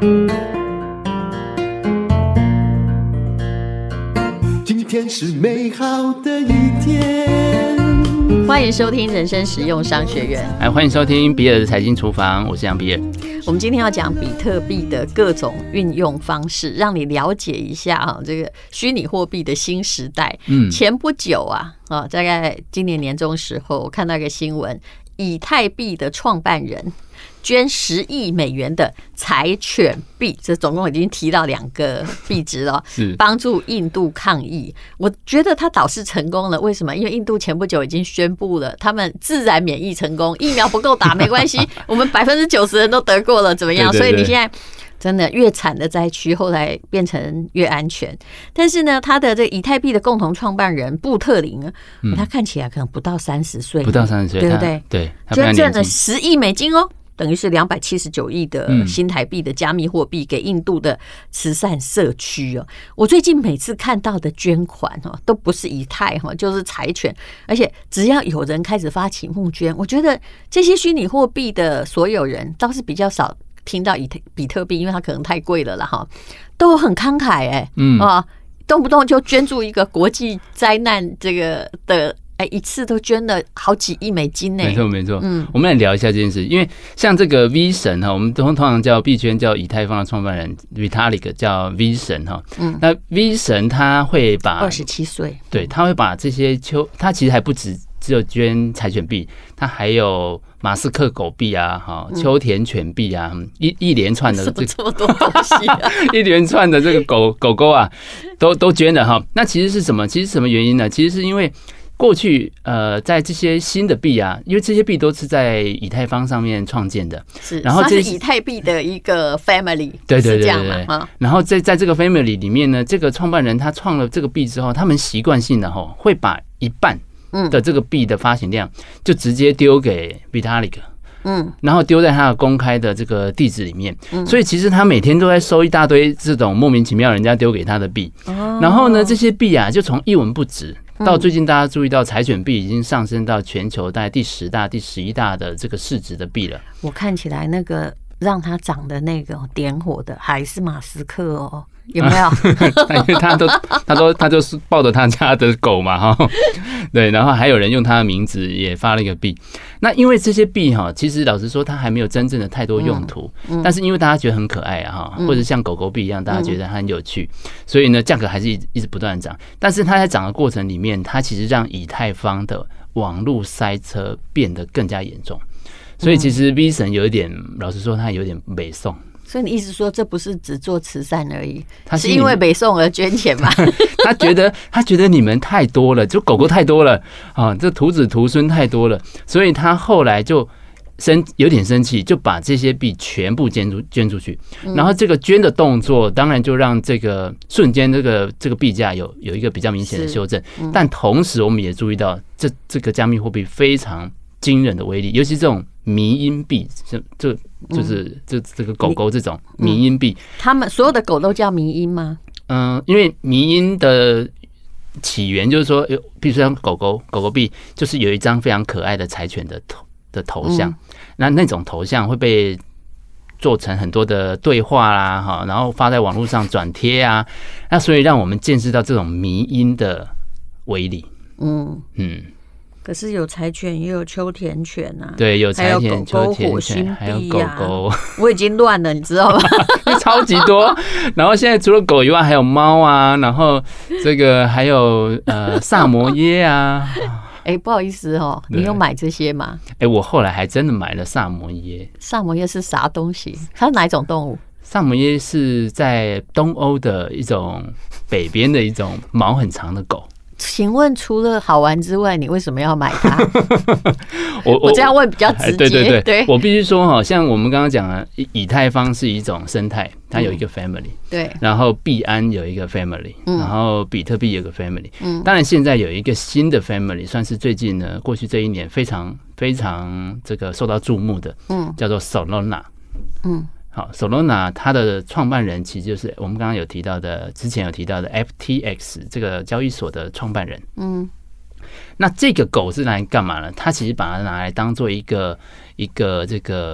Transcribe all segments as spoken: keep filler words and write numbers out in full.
今天是美好的一天。 欢迎收听人生实用商学院， 哎，欢迎收听比尔的财经厨房，我是杨比尔。 我们今天要讲比特币的各种运用方式，让你了解一下哈，这个虚拟货币的新时代。嗯，前不久啊，啊，大概今年年中时候，我看到一个新闻，以太币的创办人捐十亿美元的柴犬币，这总共已经提到两个币值了，帮助印度抗疫。我觉得他导师成功了，为什么？因为印度前不久已经宣布了，他们自然免疫成功，疫苗不够打没关系，我们百分之九十人都得过了，怎么样？对对对，所以你现在真的越惨的灾区，后来变成越安全。但是呢，他的这以太币的共同创办人布特林，嗯、他看起来可能不到三十岁， 不到三十岁， 对不对？ 对， 捐赠了十亿美金哦。等于是两百七十九亿的新台币的加密货币给印度的慈善社区哦。我最近每次看到的捐款哦，都不是以太哈，就是柴犬，而且只要有人开始发起募捐，我觉得这些虚拟货币的所有人倒是比较少听到以比特币，因为它可能太贵了啦哈，都很慷慨哎，嗯啊，动不动就捐助一个国际灾难这个的。哎，一次都捐了好几亿美金呢！ 没错，没错。嗯，我们来聊一下这件事，因为像这个 V 神哈，我们通常叫币圈叫以太坊的创办人 Vitalik 叫 V 神哈。嗯，那 V 神他会把二十七岁， 对，他会把这些秋，他其实还不止只有捐柴犬币，他还有马斯克狗币啊，哈，秋田犬币啊，一一连串的这个这么多东西、啊， 一连串的这个狗狗狗啊，都都捐了哈。那其实是什么？其实什么原因呢？其实是因为过去呃，在这些新的币啊，因为这些币都是在以太坊上面创建的， 是，然后这是以太币的一个 family， 对对对对对。然后在在这个 family 里面呢，这个创办人他创了这个币之后，他们习惯性的哈会把一半的这个币的发行量就直接丢给 Vitalik。嗯，然后丢在他的公开的这个地址里面，嗯、所以其实他每天都在收一大堆这种莫名其妙人家丢给他的币。哦、然后呢，这些币啊就从一文不值，到最近大家注意到柴犬币已经上升到全球大概第十大、第十一大的这个市值的币了。 我看起来那个让它涨的那个点火的还是马斯克哦。有没有？ 因为他都他都他就是抱着他家的狗嘛哈，对，然后还有人用他的名字也发了一个币。那因为这些币哈，其实老实说，它还没有真正的太多用途，嗯嗯、但是因为大家觉得很可爱啊哈，或者像狗狗币一样，大家觉得它很有趣，所以呢，价格还是一直一直不断的涨。但是它在涨的过程里面，它其实让以太坊的网络塞车变得更加严重。所以其实 V 神有一点，老实说，他有点北宋。 所以你意思说，这不是只做慈善而已，是因为北宋而捐钱吗？ 他觉得他觉得你们太多了，就狗狗太多了啊，这徒子徒孙太多了，所以他后来就生有点生气，就把这些币全部捐出捐出去。然后这个捐的动作，当然就让这个瞬间这个这个币价有有一个比较明显的修正。嗯、但同时我们也注意到，这这个加密货币非常惊人的威力，尤其这种迷因币，这这就是这这个狗狗这种迷因币， 他们所有的狗都叫迷因吗？ 嗯，因为迷因的起源就是说，比如说像狗狗狗狗币，就是有一张非常可爱的柴犬的头的头像，嗯、那那种头像会被做成很多的对话啦，哈，然后发在网络上转贴啊，那所以让我们见识到这种迷因的威力。嗯嗯。 可是有柴犬，也有秋田犬啊， 对，有柴犬、 秋田犬，还有狗狗。 我已经乱了，你知道吗？ 超级多。然后现在除了狗以外，还有猫啊，然后这个还有呃萨摩耶啊。 哎、欸，不好意思哦，你有买这些吗？ 哎、欸，我后来还真的买了萨摩耶。 萨摩耶是啥东西？它是哪一种动物？ 萨摩耶是在东欧的一种北边的一种毛很长的狗。 请问除了好玩之外，你为什么要买它？ 我我这样问比较直接。 对对 对, 对， 我必须说哈，像我们刚刚讲的，以太坊是一种生态，它有一个 family，、嗯、 对， 然后币安有一个 family，、嗯、然后比特币有一个 family，、嗯、当然现在有一个新的 family， 算是最近呢，过去这一年非常非常这个受到注目的，嗯，叫做 Solana， 嗯。好 ，Solana 它的创办人其实就是我们刚刚有提到的，之前有提到的 F T X 这个交易所的创办人。嗯，那这个狗是拿来干嘛呢？它其实把它拿来当做一个一个这个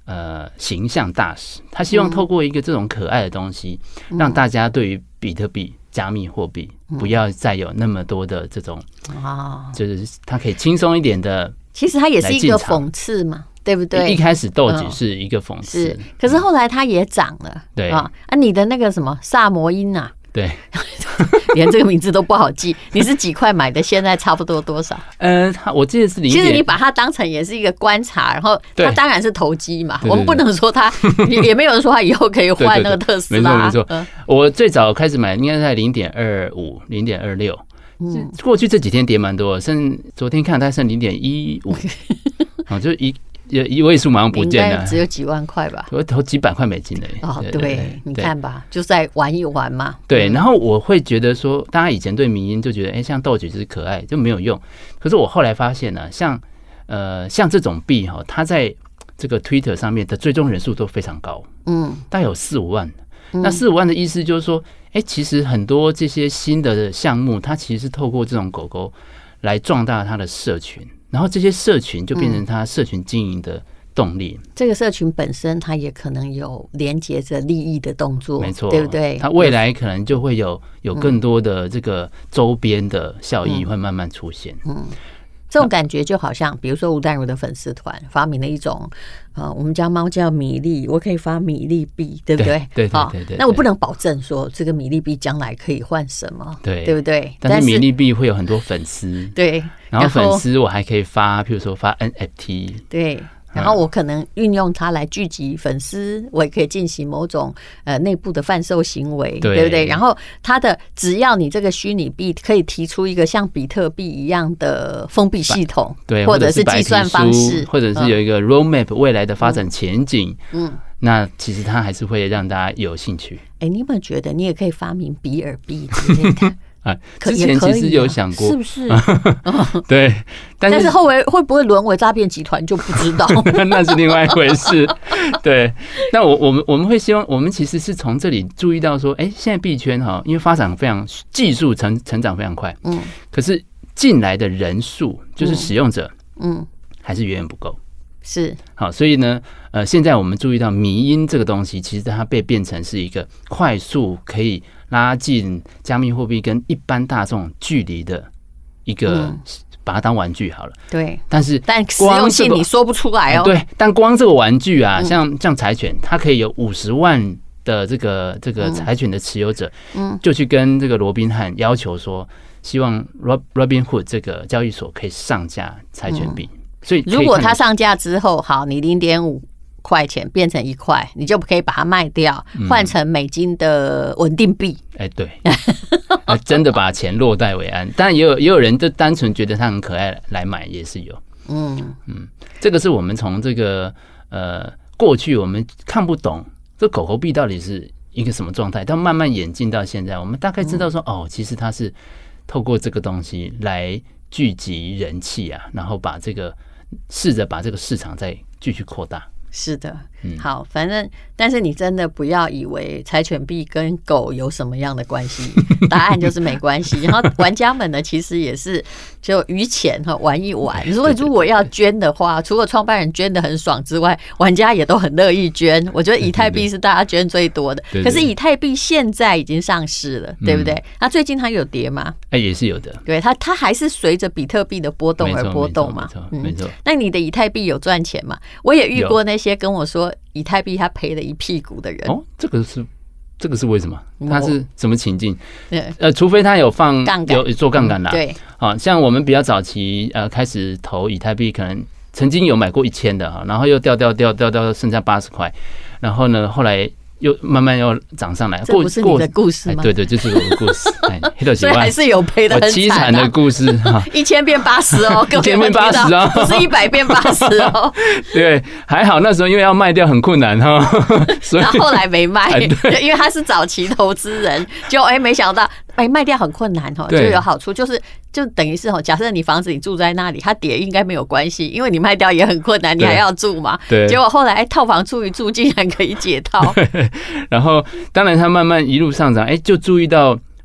呃形象大使，他希望透过一个这种可爱的东西，嗯、让大家对于比特币、加密货币不要再有那么多的这种啊，就是他可以轻松一点的。 其实它也是一个讽刺嘛，对不对？ 一开始豆子是一个讽刺， 是，可是后来它也涨了， 对啊，啊，你的那个什么萨摩因啊， 对， 连这个名字都不好记。你是几块买的？现在差不多多少？ 呃，我记得是零。 其实你把它当成也是一个观察，然后它当然是投机嘛。我们不能说它，也没有人说它以后可以换那个特斯拉。 没错没错。我最早开始买应该在零点二五、零点二六。嗯，过去这几天跌蛮多，剩昨天看它剩零点一五，啊，就一一位数马上不见了， 只有几万块吧， 我投几百块美金而已。 哦，对，你看吧，就在玩一玩嘛。 对，然后我会觉得说，大家以前对迷因就觉得，哎，像豆菊就是可爱，就没有用。可是我后来发现呢，像呃像这种币哈，它在这个 Twitter 上面的追踪人数都非常高，嗯，大概有四五万。那四五万的意思就是说，哎、欸，其实很多这些新的项目，它其实是透过这种狗狗来壮大它的社群，然后这些社群就变成它社群经营的动力。嗯、 这个社群本身，它也可能有连接着利益的动作， 没错， 对不对？ 它未来可能就会有有更多的这个周边的效益会慢慢出现。嗯。嗯这种感觉就好像，比如说吴淡如的粉丝团发明了一种，呃，我们家猫叫米粒，我可以发米粒币，对不对？ 对对 对, 对, 对。 那我不能保证说这个米粒币将来可以换什么， 对对不对？ 但是米粒币会有很多粉丝， 对。 然后粉丝我还可以发，譬如说发 N F T， 对。然后我可能运用它来聚集粉丝，我也可以进行某种呃内部的贩售行为， 对, 对不对？然后它的只要你这个虚拟币可以提出一个像比特币一样的封闭系统， 对， 或者是计算方式， 或者是有一个 roadmap 未来的发展前景，嗯，那其实它还是会让大家有兴趣。 哎，你有没有觉得你也可以发明比尔币之类的？ 啊，之前其实有想过， 是不是？ 对，但是但是后来会不会沦为诈骗集团就不知道， 那是另外一回事。对，那我我们我们会希望，我们其实是从这里注意到说，哎、欸，现在币圈哈，因为发展非常技术成成长非常快，嗯，可是进来的人数就是使用者，嗯，还是远远不够。 是好，所以呢，呃，现在我们注意到迷因这个东西，其实它被变成是一个快速可以拉近加密货币跟一般大众距离的一个，嗯、把它当玩具好了。 对， 但是但实用性你说不出来哦。 对，但光这个玩具啊，像像柴犬，它可以有五十万的这个这个柴犬的持有者，嗯，就去跟这个罗宾汉要求说，希望 Robinhood 这个交易所可以上架柴犬币。嗯，所以如果它上架之后，好，你零点五块钱变成一块，你就可以把它卖掉，换成美金的稳定币。 哎、嗯，欸、对，真的把钱落袋为安。当然也有也有人就单纯觉得它很可爱来买，也是有。嗯嗯，这个是我们从这个呃过去我们看不懂这狗狗币到底是一个什么状态，但慢慢演进到现在，我们大概知道说，哦，其实它是透过这个东西来聚集人气啊，然后把这个。试着把这个市场再继续扩大。 是的，好，反正但是你真的不要以为柴犬币跟狗有什么样的关系，答案就是没关系。然后玩家们呢，其实也是就余钱哈玩一玩。如果如果要捐的话，除了创办人捐的很爽之外，玩家也都很乐意捐。我觉得以太币是大家捐最多的，可是以太币现在已经上市了，对不对？那最近它有跌吗？ 哎，也是有的。 对，它它还是随着比特币的波动而波动嘛。 没错，没错。 那你的以太币有赚钱吗？我也遇过那些。些跟我说以太币他赔了一屁股的人哦，这个是这个是为什么？他是什么情境？呃，除非他有放杠杆， 有做杠杆啦。 对， 好像我们比较早期呃开始投以太币，可能曾经有买过一千的哈，然后又掉掉掉掉掉剩下八十块，然后呢后来。又慢慢又涨上来， 这不是你的故事吗？ 对对，就是我的故事。 所以还是有赔的很凄惨的故事哈， 一千变八十哦， 一千变八十哦， 不是一百变八十哦。 对，还好那时候因为要卖掉很困难哈，所以然后后来没卖，因为他是早期投资人，就哎没想到哎卖掉很困难哈，就有好处就是。就等于是哦，假设你房子你住在那里，它跌应该没有关系，因为你卖掉也很困难，你还要住嘛。对。结果后来套房住一住，竟然可以解套。 然后，当然它慢慢一路上涨，哎，就注意到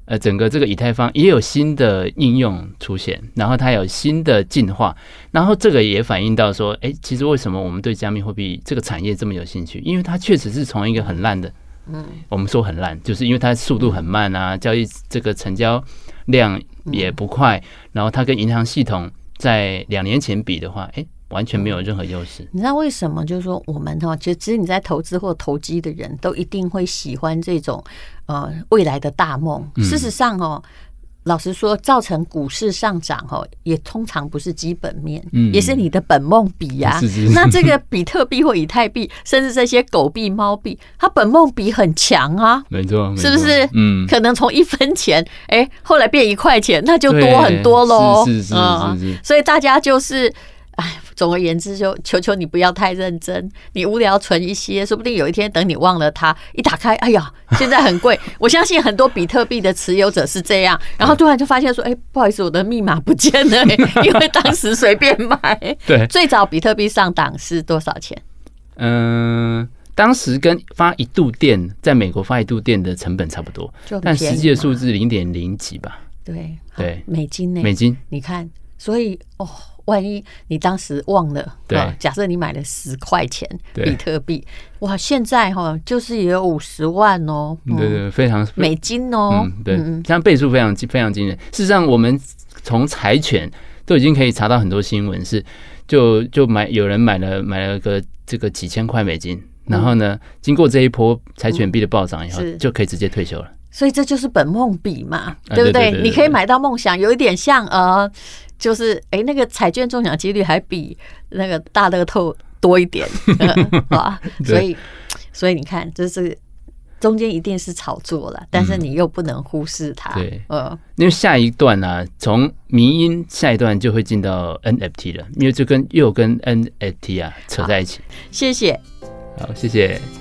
呃，整个这个以太坊也有新的应用出现，然后它有新的进化，然后这个也反映到说，哎，其实为什么我们对加密货币这个产业这么有兴趣？因为它确实是从一个很烂的，嗯，我们说很烂，就是因为它速度很慢啊，交易这个成交量也不快，然后它跟银行系统在两年前比的话，哎，完全没有任何优势。 你知道为什么？就是说，我们哈，其实你在投资或投机的人都一定会喜欢这种呃未来的大梦。事实上哦，老实说，造成股市上涨哦，也通常不是基本面，嗯、也是你的本梦比呀、啊。那这个比特币或以太币，甚至这些狗币、猫币，它本梦比很强啊， 没错， 是不是？嗯，可能从一分钱，哎、欸，后来变一块钱，那就多很多喽。 是是是是是、嗯， 所以大家就是。哎，总而言之，就求求你不要太认真。你无聊存一些，说不定有一天等你忘了它，一打开，哎呀，现在很贵。我相信很多比特币的持有者是这样，然后突然就发现说，哎，不好意思，我的密码不见了，因为当时随便买。对，最早比特币上档是多少钱？ 嗯、呃，当时跟发一度电，在美国发一度电的成本差不多，但实际的数字零点零几吧。 对对， 美金呢？ 美金， 你看，所以哦。万一你当时忘了，对、哦，假设你买了十块钱比特币，哇，现在哈就是也有五十万哦， 嗯、对对，非常美金哦， 嗯，对，这样倍数非常非常惊人。事实上，我们从柴犬都已经可以查到很多新闻，是就就买有人买了买了个这个几千块美金，然后呢，经过这一波柴犬币的暴涨以后，就可以直接退休了。 所以这就是本梦比嘛，对不对？你可以买到梦想，有一点像呃。就是哎、欸，那个彩券中奖几率还比那个大乐透多一点，啊，所以所以你看，就是中间一定是炒作了，但是你又不能忽视它。对，呃， 因为下一段啊，从迷因下一段就会进到 N F T 了，因为就跟又跟 N F T 啊扯在一起。 谢谢， 好，谢谢。